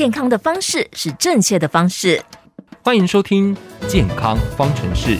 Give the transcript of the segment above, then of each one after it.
健康的方式是正确的方式。 欢迎收听健康方程式。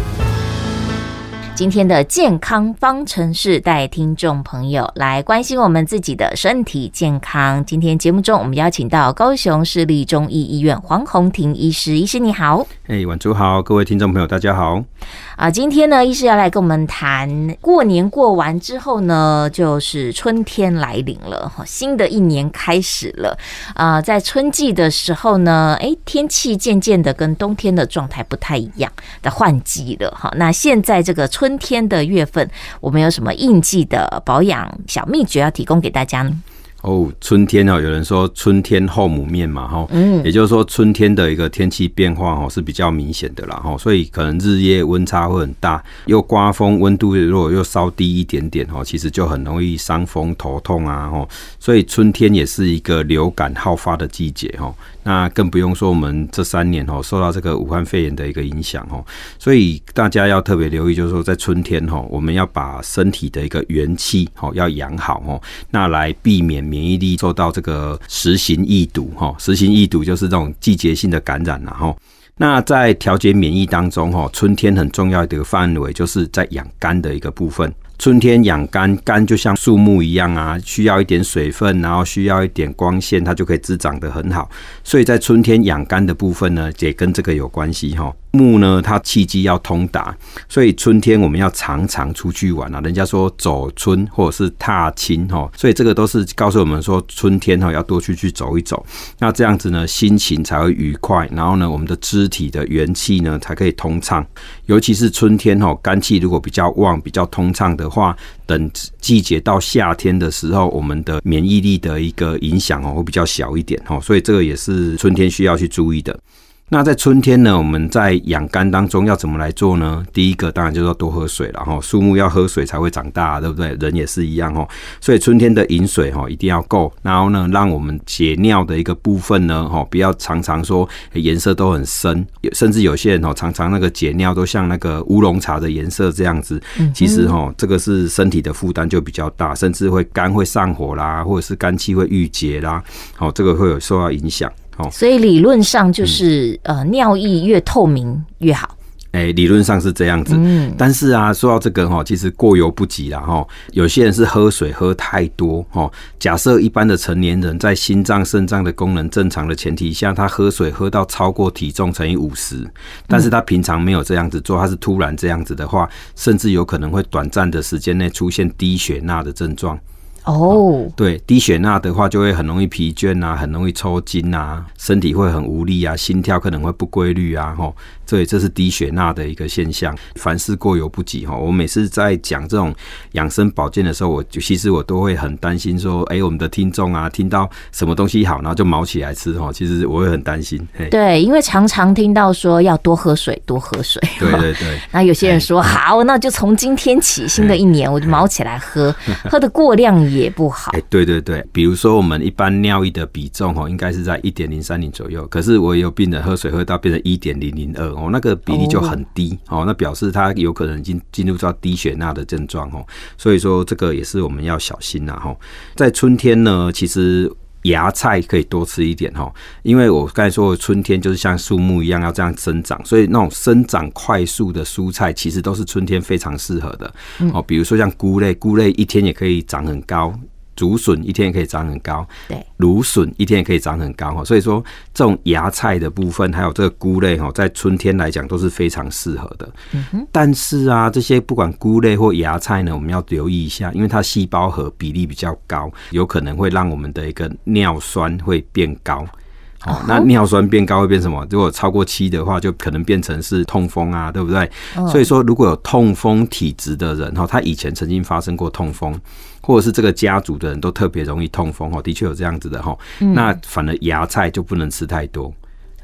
今天的健康方程式带听众朋友来关心我们自己的身体健康。今天节目中我们邀请到高雄市立中医医院黄宏庭医师，医师你好。 晚主好，各位听众朋友大家好。 今天呢，医师要来跟我们谈过年过完之后呢，就是春天来临了，新的一年开始了。在春季的时候呢，天气渐渐的跟冬天的状态不太一样的换季了。那现在这个春天的月份，我们有什么应季的保养小秘诀要提供给大家呢？ 春天有人说春天后母面嘛，也就是说春天的一个天气变化是比较明显的啦，所以可能日夜温差会很大，又刮风，温度如果又稍低一点点，其实就很容易伤风头痛啊，所以春天也是一个流感好发的季节，那更不用说我们这3年受到这个武汉肺炎的一个影响，所以大家要特别留意，就是说在春天我们要把身体的一个元气要养好，那来避免免疫力受到这个时行疫毒，时行疫毒就是这种季节性的感染啦。那在调节免疫当中，春天很重要的一个范围就是在养肝的一个部分。春天养肝，肝就像树木一样啊，需要一点水分，然后需要一点光线，它就可以滋长得很好。所以在春天养肝的部分呢，也跟这个有关系。木呢，它气机要通达，所以春天我们要常常出去玩啊。人家说走春或者是踏青，所以这个都是告诉我们说春天要多去走一走。那这样子呢，心情才会愉快，然后呢，我们的肢体的元气呢才可以通畅。尤其是春天肝气如果比较旺、比较通畅的话，等季节到夏天的时候，我们的免疫力的一个影响会比较小一点，所以这个也是春天需要去注意的。那在春天呢，我们在养肝当中要怎么来做呢？第一个当然就是要多喝水了，树木要喝水才会长大，对不对？人也是一样，所以春天的饮水一定要够，然后呢，让我们解尿的一个部分呢，不要常常说颜色都很深，甚至有些人常常那个解尿都像那个乌龙茶的颜色这样子，其实这个是身体的负担就比较大，甚至会肝会上火啦，或者是肝气会郁结啦，这个会有受到影响。 所以理论上就是尿液越透明越好。 理论上是这样子，但是啊，说到这个其实过犹不及啦。有些人是喝水喝太多，假设一般的成年人在心脏、肾脏的功能正常的前提下，他喝水喝到超过体重乘以50，但是他平常没有这样子做，他是突然这样子的话，甚至有可能会短暂的时间内出现低血钠的症状。对，低血钠的话就会很容易疲倦啊，很容易抽筋啊，身体会很无力啊，心跳可能会不规律啊，这是低血钠的一个现象。凡事过犹不及，我每次在讲这种养生保健的时候，其实我都会很担心说，我们的听众啊，听到什么东西好，然后就卯起来吃，其实我会很担心。 对，因为常常听到说要多喝水，多喝水。 对对对。 那有些人说好，那就从今天起，新的一年我就卯起来喝，喝的过量也不好。 对对对，比如说我们一般尿液的比重应该是在 1.030 左右，可是我也有病人喝水喝到变成 1.002，那个比例就很低，那表示他有可能已经进入到低血钠的症状，所以说这个也是我们要小心啦。在春天呢，其实芽菜可以多吃一点，因为我刚才说的春天就是像树木一样要这样生长，所以那种生长快速的蔬菜其实都是春天非常适合的。比如说像菇类一天也可以长很高，竹笋一天也可以长很高，对，芦笋一天也可以长很高，所以说这种芽菜的部分还有这个菇类在春天来讲都是非常适合的。但是啊，这些不管菇类或芽菜呢，我们要留意一下，因为它细胞核比例比较高，有可能会让我们的一个尿酸会变高。那尿酸变高会变什么？如果超过7的话，就可能变成是痛风啊，对不对？所以说，如果有痛风体质的人，他以前曾经发生过痛风，或者是这个家族的人都特别容易痛风，的确有这样子的，那反而芽菜就不能吃太多。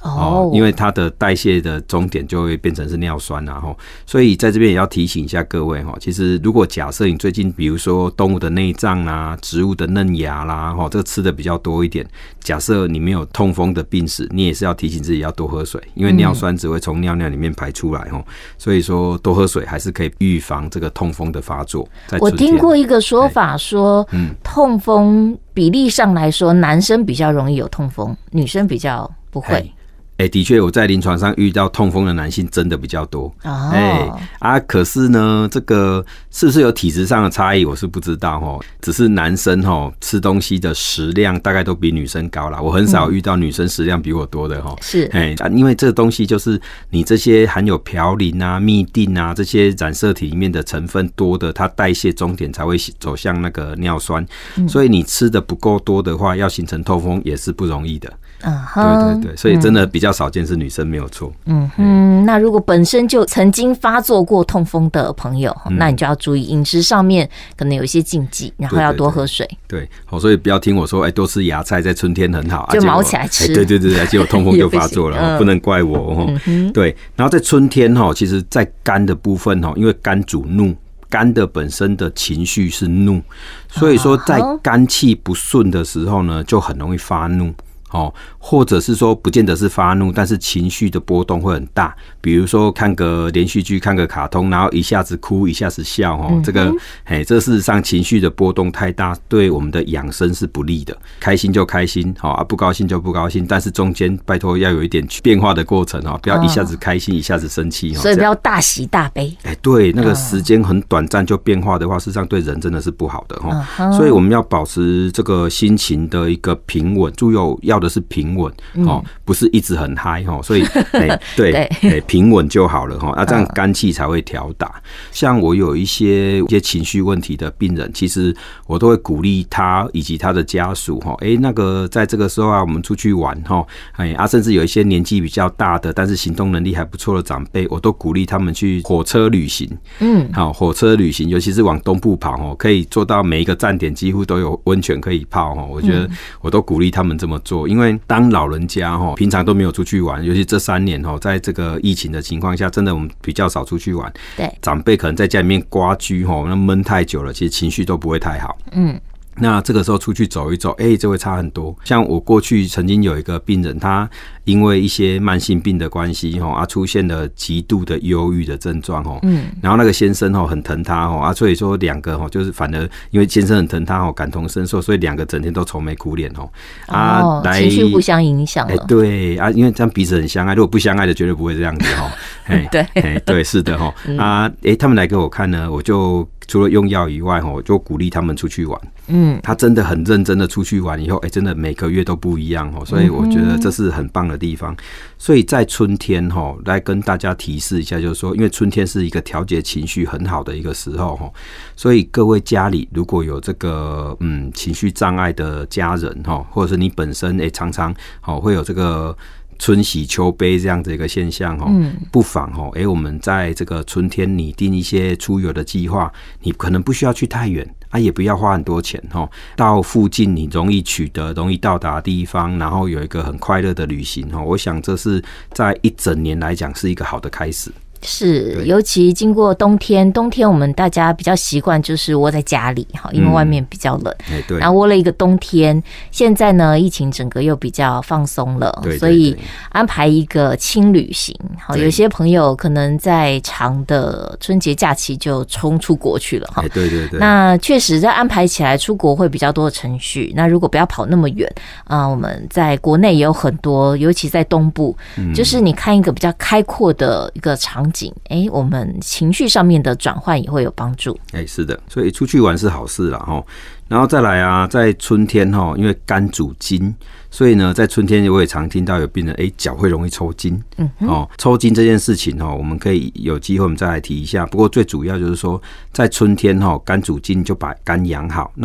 因为它的代谢的终点就会变成是尿酸啊，所以在这边也要提醒一下各位，其实如果假设你最近比如说动物的内脏啦、植物的嫩芽啦，这个吃的比较多一点，假设你没有痛风的病史，你也是要提醒自己要多喝水，因为尿酸只会从尿里面排出来，所以说多喝水还是可以预防这个痛风的发作。 我听过一个说法说，痛风比例上来说，男生比较容易有痛风，女生比较不会。 的确，我在临床上遇到痛风的男性真的比较多。可是呢，这个是不是有体质上的差异，我是不知道。只是男生吃东西的食量大概都比女生高啦。我很少遇到女生食量比我多的。 是， 因为这个东西就是你这些含有嘌呤啊、嘧啶啊这些染色体里面的成分多的，它代谢终点才会走向那个尿酸。所以你吃的不够多的话，要形成痛风也是不容易的。对，所以真的比较少见是女生没有错。 那如果本身就曾经发作过痛风的朋友，那你就要注意饮食上面可能有一些禁忌，然后要多喝水。 对，所以不要听我说，多吃芽菜在春天很好， 就毛起来吃。 对，结果痛风就发作了，不能怪我。对，然后在春天其实在肝的部分因为肝主怒。肝的本身的情绪是怒，所以说在肝气不顺的时候呢，就很容易发怒。或者是说不见得是发怒，但是情绪的波动会很大。比如说看个连续剧、看个卡通，然后一下子哭，一下子笑，这事实上情绪的波动太大，对我们的养生是不利的。开心就开心，不高兴就不高兴，但是中间拜托要有一点变化的过程，不要一下子开心，一下子生气。 所以不要大喜大悲。 对，那个时间很短暂就变化的话，事实上对人真的是不好的。所以我们要保持这个心情的一个平稳，要的是平稳，不是一直很嗨，所以对，平稳就好了，这样肝气才会调打。像我有一些情绪问题的病人，其实我都会鼓励他以及他的家属，那个在这个时候我们出去玩，甚至有一些年纪比较大的，但是行动能力还不错的长辈，我都鼓励他们去火车旅行。火车旅行，尤其是往东部跑，可以做到每一个站点几乎都有温泉可以泡。我觉得我都鼓励他们这么做。因为当老人家平常都没有出去玩，尤其这3年在这个疫情的情况下，真的我们比较少出去玩。 对， 长辈可能在家里面蝸居那闷太久了，其实情绪都不会太好。那这个时候出去走一走，就会差很多。像我过去曾经有一个病人，他因为一些慢性病的关系出现了极度的忧郁的症状然后那个先生很疼他所以说两个就是反而因为先生很疼他感同身受，所以两个整天都愁眉苦脸情绪互相影响了。 对因为这样彼此很相爱，如果不相爱的绝对不会这样子对，是的他们来给我看呢，我就除了用药以外我就鼓励他们出去玩。他真的很认真的出去玩以后，真的每个月都不一样所以我觉得这是很棒的地方。所以在春天来跟大家提示一下，就是说因为春天是一个调节情绪很好的一个时候所以各位家里如果有这个情绪障碍的家人或者是你本身常常会有这个春喜秋悲这样子一个现象不妨我们在这个春天拟定一些出游的计划，你可能不需要去太远也不要花很多钱到附近你容易取得、容易到达的地方，然后有一个很快乐的旅行我想这是在一整年来讲是一个好的开始。 是，尤其经过冬天我们大家比较习惯就是窝在家里因为外面比较冷， 对， 然后窝了一个冬天。现在呢，疫情整个又比较放松了， 对， 所以安排一个轻旅行。有些朋友可能在长的春节假期就冲出国去了对。 那确实在安排起来出国会比较多的程序。那如果不要跑那么远我们在国内也有很多，尤其在东部，就是你看一个比较开阔的一个场景，我们情绪上面的转换也会有帮助。 是的，所以出去玩是好事啦然后再来在春天因为肝主筋，所以呢在春天我也常听到有病人脚会容易抽筋。抽筋这件事情我们可以有机会我们再来提一下。不过最主要就是说在春天肝主筋就把肝养好，那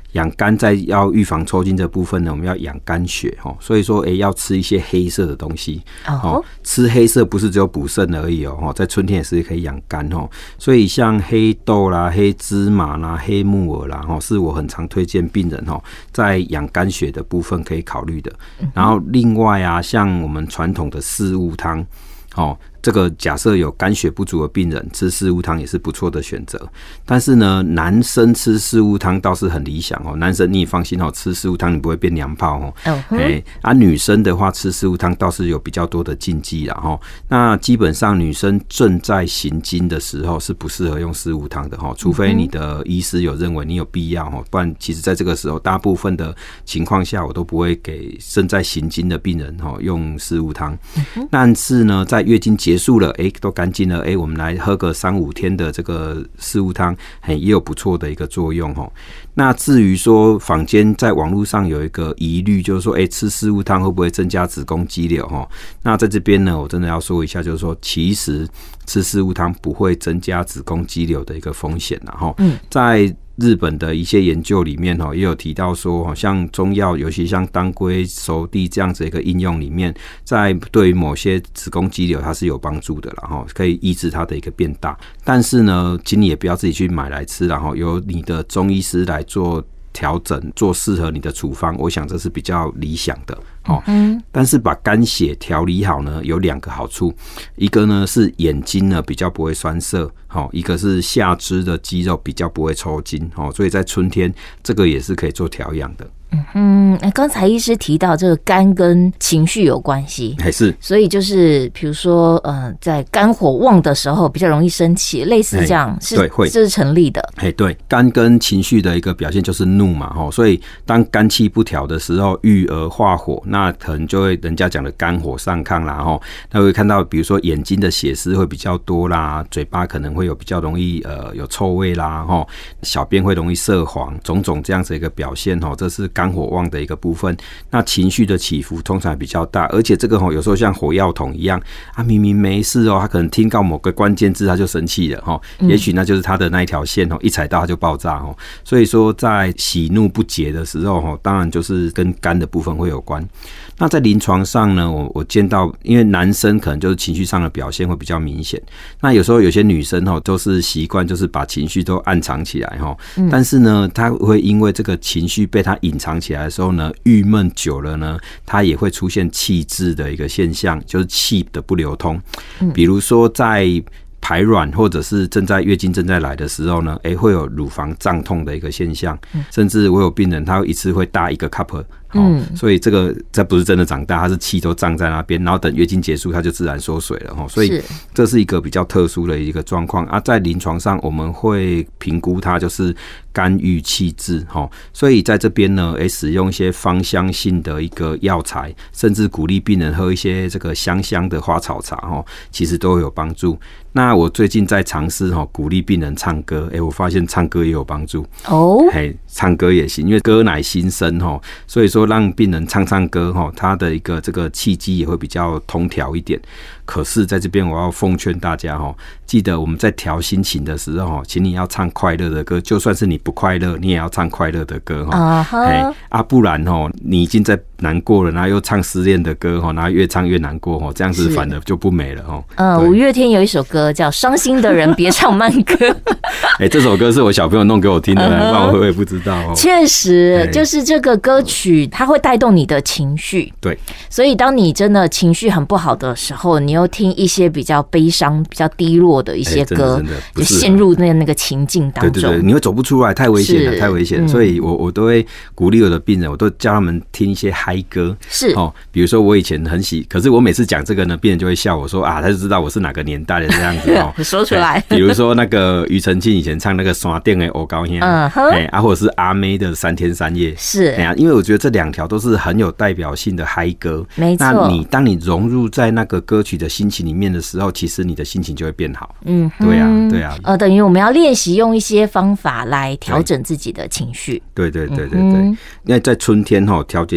养肝在要预防抽筋这部分呢，我们要养肝血哦，所以说要吃一些黑色的东西哦。吃黑色不是只有补肾而已哦，在春天也是可以养肝哦。所以像黑豆啦、黑芝麻啦、黑木耳啦，是我很常推荐病人在养肝血的部分可以考虑的。然后另外啊，像我们传统的四物汤。这个假设有肝血不足的病人吃四物汤也是不错的选择，但是呢，男生吃四物汤倒是很理想哦。男生你也放心哦，吃四物汤你不会变娘炮哦。女生的话吃四物汤倒是有比较多的禁忌啦哈。那基本上女生正在行经的时候是不适合用四物汤的哈，除非你的医师有认为你有必要哈，不然其实在这个时候大部分的情况下我都不会给正在行经的病人用四物汤。但是呢，在月经结束了，都干净了，我们来喝个3-5天的这个四物汤，也有不错的一个作用哦。那至于说坊间在网络上有一个疑虑，就是说，吃四物汤会不会增加子宫肌瘤哈？那在这边呢，我真的要说一下，就是说，其实吃四物汤不会增加子宫肌瘤的一个风险啦哈。在日本的一些研究里面也有提到说，像中药，尤其像当归、熟地这样子一个应用里面，在对于某些子宫肌瘤它是有帮助的啦，可以抑制它的一个变大。但是呢，请你也不要自己去买来吃，然后由你的中医师来做调整，做适合你的处方，我想这是比较理想的。但是把肝血调理好呢，有2个好处，一个呢是眼睛呢比较不会酸涩，一个是下肢的肌肉比较不会抽筋，所以在春天这个也是可以做调养的。 刚才医师提到这个肝跟情绪有关系， 还是， 所以就是比如说在肝火旺的时候比较容易生气，类似这样，是，对，会，这是成立的。 对，肝跟情绪的一个表现就是怒嘛，所以当肝气不调的时候，郁而化火，那可能就会人家讲的肝火上亢啦，那会看到比如说眼睛的血丝会比较多啦，嘴巴可能会有比较容易有臭味啦，小便会容易色黄，种种这样子一个表现，这是肝火旺的一个部分。那情绪的起伏通常比较大，而且这个有时候像火药桶一样，明明没事他可能听到某个关键字他就生气了，也许那就是他的那一条线一踩到他就爆炸。所以说在喜怒不节的时候，当然就是跟肝的部分会有关。那在临床上呢，我见到，因为男生可能就是情绪上的表现会比较明显，那有时候有些女生都是习惯就是把情绪都暗藏起来，但是呢，她会因为这个情绪被她隐藏起来的时候呢，郁闷久了呢，她也会出现气滞的一个现象，就是气的不流通。比如说在排卵或者是月经正在来的时候呢，会有乳房胀痛的一个现象，甚至我有病人他一次会大1个 cup。所以这不是真的长大，它是气都胀在那边，然后等月经结束它就自然缩水了，所以这是一个比较特殊的一个状况啊。在临床上我们会评估它就是肝郁气滞，所以在这边呢，使用一些芳香性的一个药材，甚至鼓励病人喝一些这个香香的花草茶，其实都有帮助。那我最近在尝试鼓励病人唱歌，我发现唱歌也有帮助哦。唱歌也行，因为歌乃心声，所以说让病人唱唱歌，他的一个这个气机也会比较通调一点。可是在这边我要奉劝大家，记得我们在调心情的时候，请你要唱快乐的歌，就算是你不快乐你也要唱快乐的歌，不然你已经在难过了，然后又唱失恋的歌，然后越唱越难过，这样子反而就不美了。 五月天有一首歌叫《伤心的人别唱慢歌》 这首歌是我小朋友弄给我听的，不然我也不知道。 确实就是这个歌曲它会带动你的情绪， 对， 所以当你真的情绪很不好的时候，你又听一些比较悲伤比较低落的一些歌，就陷入那个情境当中。 对，你会走不出来，太危险了，太危险。所以我都会鼓励我的病人，我都叫他们听一些嗨歌，是比如说我以前很可是我每次讲这个呢，病人就会笑我说他就知道我是哪个年代的这样子说出来。 比如说那个庾澄庆以前唱那个山顶的黑高兄，或者是阿妹的3天3夜， 是因为我觉得这2条都是很有代表性的嗨歌。 没错， 那当你融入在那个歌曲的心情里面的时候，其实你的心情就会变好。对啊。 等于我们要练习用一些方法来调整自己的情绪。 对。因为在春天调节情绪，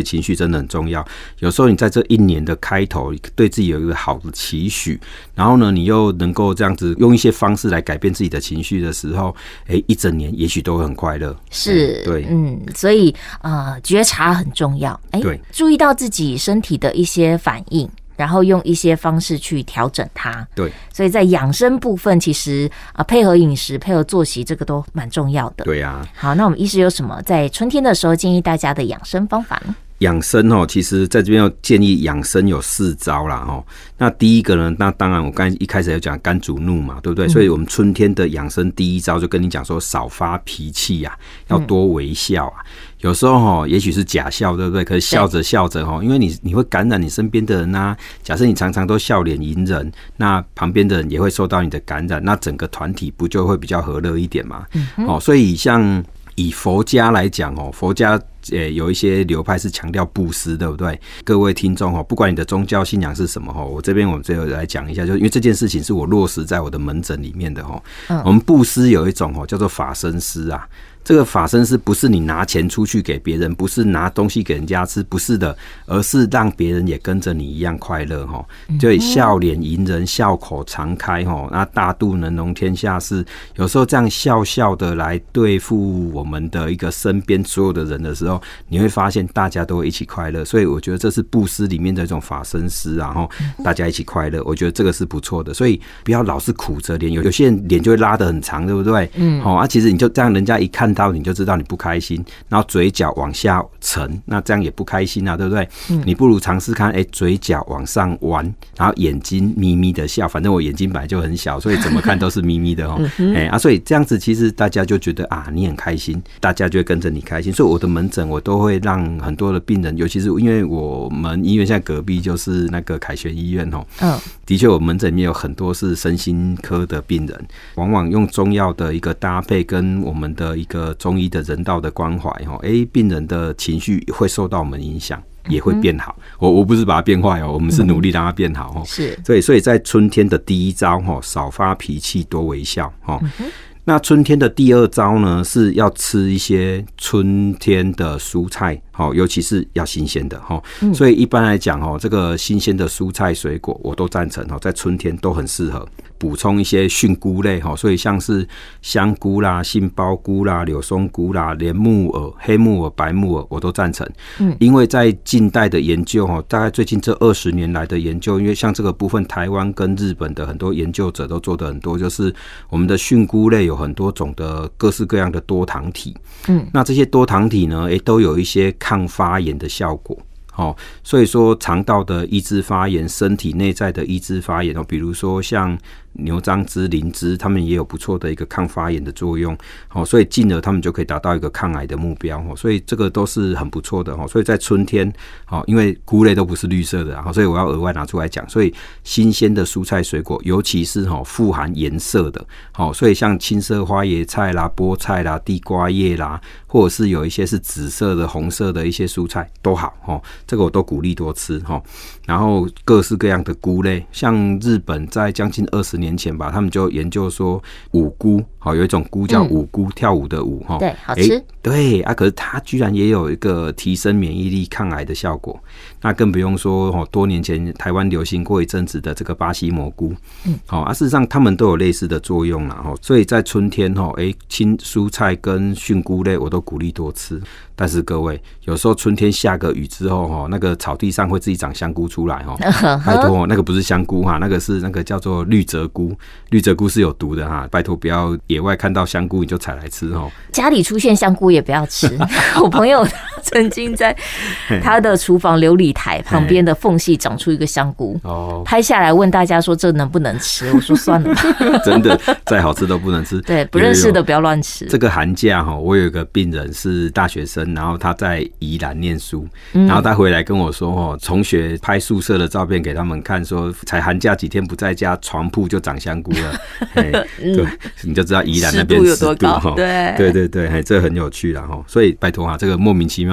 真的很重要。有时候你在这一年的开头，对自己有一个好的期许，然后呢，你又能够这样子用一些方式来改变自己的情绪的时候，一整年也许都会很快乐。 是， 对， 所以觉察很重要。对，注意到自己身体的一些反应，然后用一些方式去调整它。 对， 所以在养生部分，其实配合饮食、配合作息，这个都蛮重要的。 对啊。 好，那我们医师有什么在春天的时候建议大家的养生方法呢？ 养生其实在这边要建议养生有4招啦。那第一个呢，那当然我刚才一开始有讲肝主怒嘛，对不对？所以我们春天的养生第一招就跟你讲说，少发脾气啊，要多微笑啊。有时候也许是假笑，对不对？可是笑着笑着因为你会感染你身边的人啊。假设你常常都笑脸迎人，那旁边的人也会受到你的感染，那整个团体不就会比较和乐一点嘛？所以像以佛家来讲佛家有一些流派是强调布施，对不对？各位听众不管你的宗教信仰是什么我这边我们最后来讲一下，就是因为这件事情是我落实在我的门诊里面的我们布施有一种叫做法身施啊。这个法身施不是你拿钱出去给别人，不是拿东西给人家吃，不是的，而是让别人也跟着你一样快乐所以笑脸迎人，笑口常开那大度能容天下事。有时候这样笑笑的来对付我们的一个身边所有的人的时候，你会发现大家都会一起快乐。所以我觉得这是布施里面的一种法身施啊大家一起快乐，我觉得这个是不错的。所以不要老是苦着脸，有些人脸就会拉得很长，对不对？其实你就这样，人家一看到你就知道你不开心，然后嘴角往下沉，那这样也不开心啊，对不对？你不如尝试看，嘴角往上弯，然后眼睛眯眯的笑，反正我眼睛本来就很小，所以怎么看都是眯眯的所以这样子其实大家就觉得你很开心，大家就会跟着你开心。所以我的门诊我都会让很多的病人，尤其是因为我们医院现在隔壁就是那个凯旋医院的确我门诊里面有很多是身心科的病人，往往用中药的一个搭配跟我们的一个中医的人道的关怀病人的情绪会受到我们影响，也会变好。我不是把它变坏我们是努力让它变好是， 所以在春天的第一招少发脾气，多微笑那春天的第2招呢，是要吃一些春天的蔬菜尤其是要新鲜的所以一般来讲这个新鲜的蔬菜水果我都赞成在春天都很适合补充一些菌菇类所以像是香菇啦、杏鲍菇啦、柳松菇啦、莲木耳、黑木耳、白木耳我都赞成因为在近代的研究大概最近这20年来的研究，因为像这个部分台湾跟日本的很多研究者都做得很多，就是我们的菌菇类有很多种的各式各样的多糖体那这些多糖体呢都有一些抗发炎的效果所以说肠道的抑制发炎，身体内在的抑制发炎比如说像牛樟芝、灵芝，他们也有不错的一个抗发炎的作用所以进而他们就可以达到一个抗癌的目标所以这个都是很不错的所以在春天因为菇类都不是绿色的所以我要额外拿出来讲，所以新鲜的蔬菜水果，尤其是富含颜色的所以像青色花椰菜啦、菠菜啦、地瓜叶啦，或者是有一些是紫色的、红色的一些蔬菜都好这个我都鼓励多吃然后各式各样的菇类，像日本在将近20年前吧，他们就研究说五菇有一种菇叫五菇，跳舞的舞对，好吃对可是它居然也有一个提升免疫力、抗癌的效果。那更不用说多年前台湾流行过一阵子的这个巴西蘑菇事实上他们都有类似的作用啦所以在春天青蔬菜跟菌菇类我都鼓励多吃。但是各位，有时候春天下个雨之后那个草地上会自己长香菇出来拜托那个不是香菇那个是那个叫做绿泽菇，绿泽菇是有毒的拜托不要野外看到香菇你就采来吃家里出现香菇也不要吃我朋友曾经在他的厨房琉璃台旁边的缝隙长出一个香菇拍下来问大家说这能不能吃，我说算了真的再好吃都不能吃对，不认识的不要乱吃。 这个寒假我有一个病人是大学生，然后他在宜兰念书然后他回来跟我说同学拍宿舍的照片给他们看，说才寒假几天不在家，床铺就长香菇了对，你就知道宜兰那边湿度有多高对， 这很有趣啦所以拜托这个莫名其妙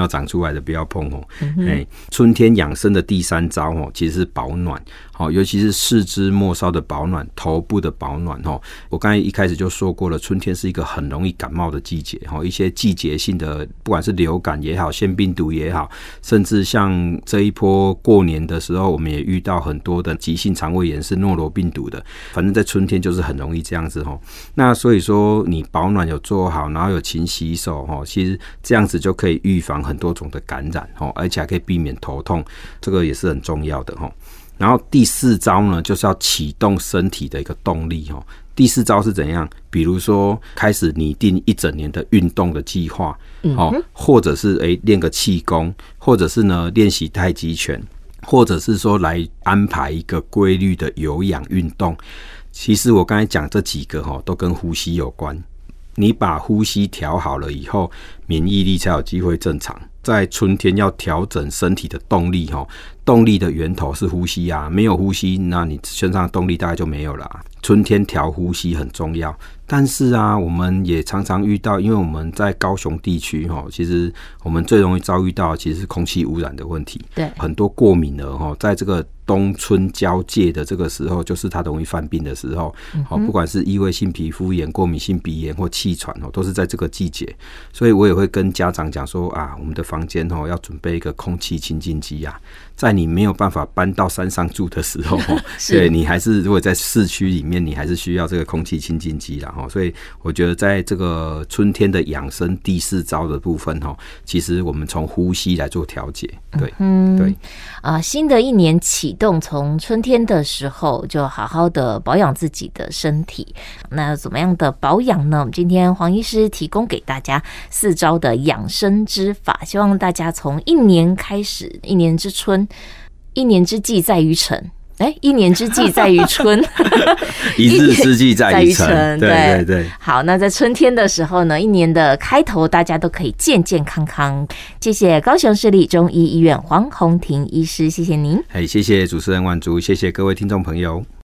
长出来的不要碰哦。春天养生的第3招哦，其实是保暖。尤其是四肢末梢的保暖，头部的保暖。我刚才一开始就说过了，春天是一个很容易感冒的季节，一些季节性的，不管是流感也好，腺病毒也好，甚至像这一波过年的时候，我们也遇到很多的急性肠胃炎是诺罗病毒的，反正在春天就是很容易这样子。那所以说你保暖有做好，然后有勤洗手，其实这样子就可以预防很多种的感染，而且还可以避免头痛，这个也是很重要的。然后第4招呢，就是要启动身体的一个动力。第4招是怎样？比如说开始拟定一整年的运动的计划，或者是练个气功，或者是呢练习太极拳，或者是说来安排一个规律的有氧运动。其实我刚才讲这几个都跟呼吸有关。你把呼吸调好了以后，免疫力才有机会正常。在春天要调整身体的动力，动力的源头是呼吸啊，没有呼吸，那你身上的动力大概就没有了。春天调呼吸很重要，但是啊，我们也常常遇到，因为我们在高雄地区，其实我们最容易遭遇到其实是空气污染的问题。 对， 很多过敏儿在这个冬春交界的这个时候，就是它容易犯病的时候。不管是异位性皮肤炎、过敏性鼻炎或气喘，都是在这个季节。所以我也会跟家长讲说啊，我们的房间要准备一个空气清净机啊，在你没有办法搬到山上住的时候，对，你还是如果在市区里面，你还是需要这个空气清净机啦。所以我觉得在这个春天的养生第4招的部分，其实我们从呼吸来做调节。对，对。 新的一年启动，从春天的时候就好好的保养自己的身体。那怎么样的保养呢？我们今天黄医师提供给大家4招的养生之法，希望大家从一年开始，一年之春，一年之计在于晨。一年之计在于春， 一日之计在于晨。对对对。 好，那在春天的时候呢，一年的开头，大家都可以健健康康。谢谢高雄市立中医医院黄宏庭医师，谢谢您。 谢谢主持人婉竹，谢谢各位听众朋友。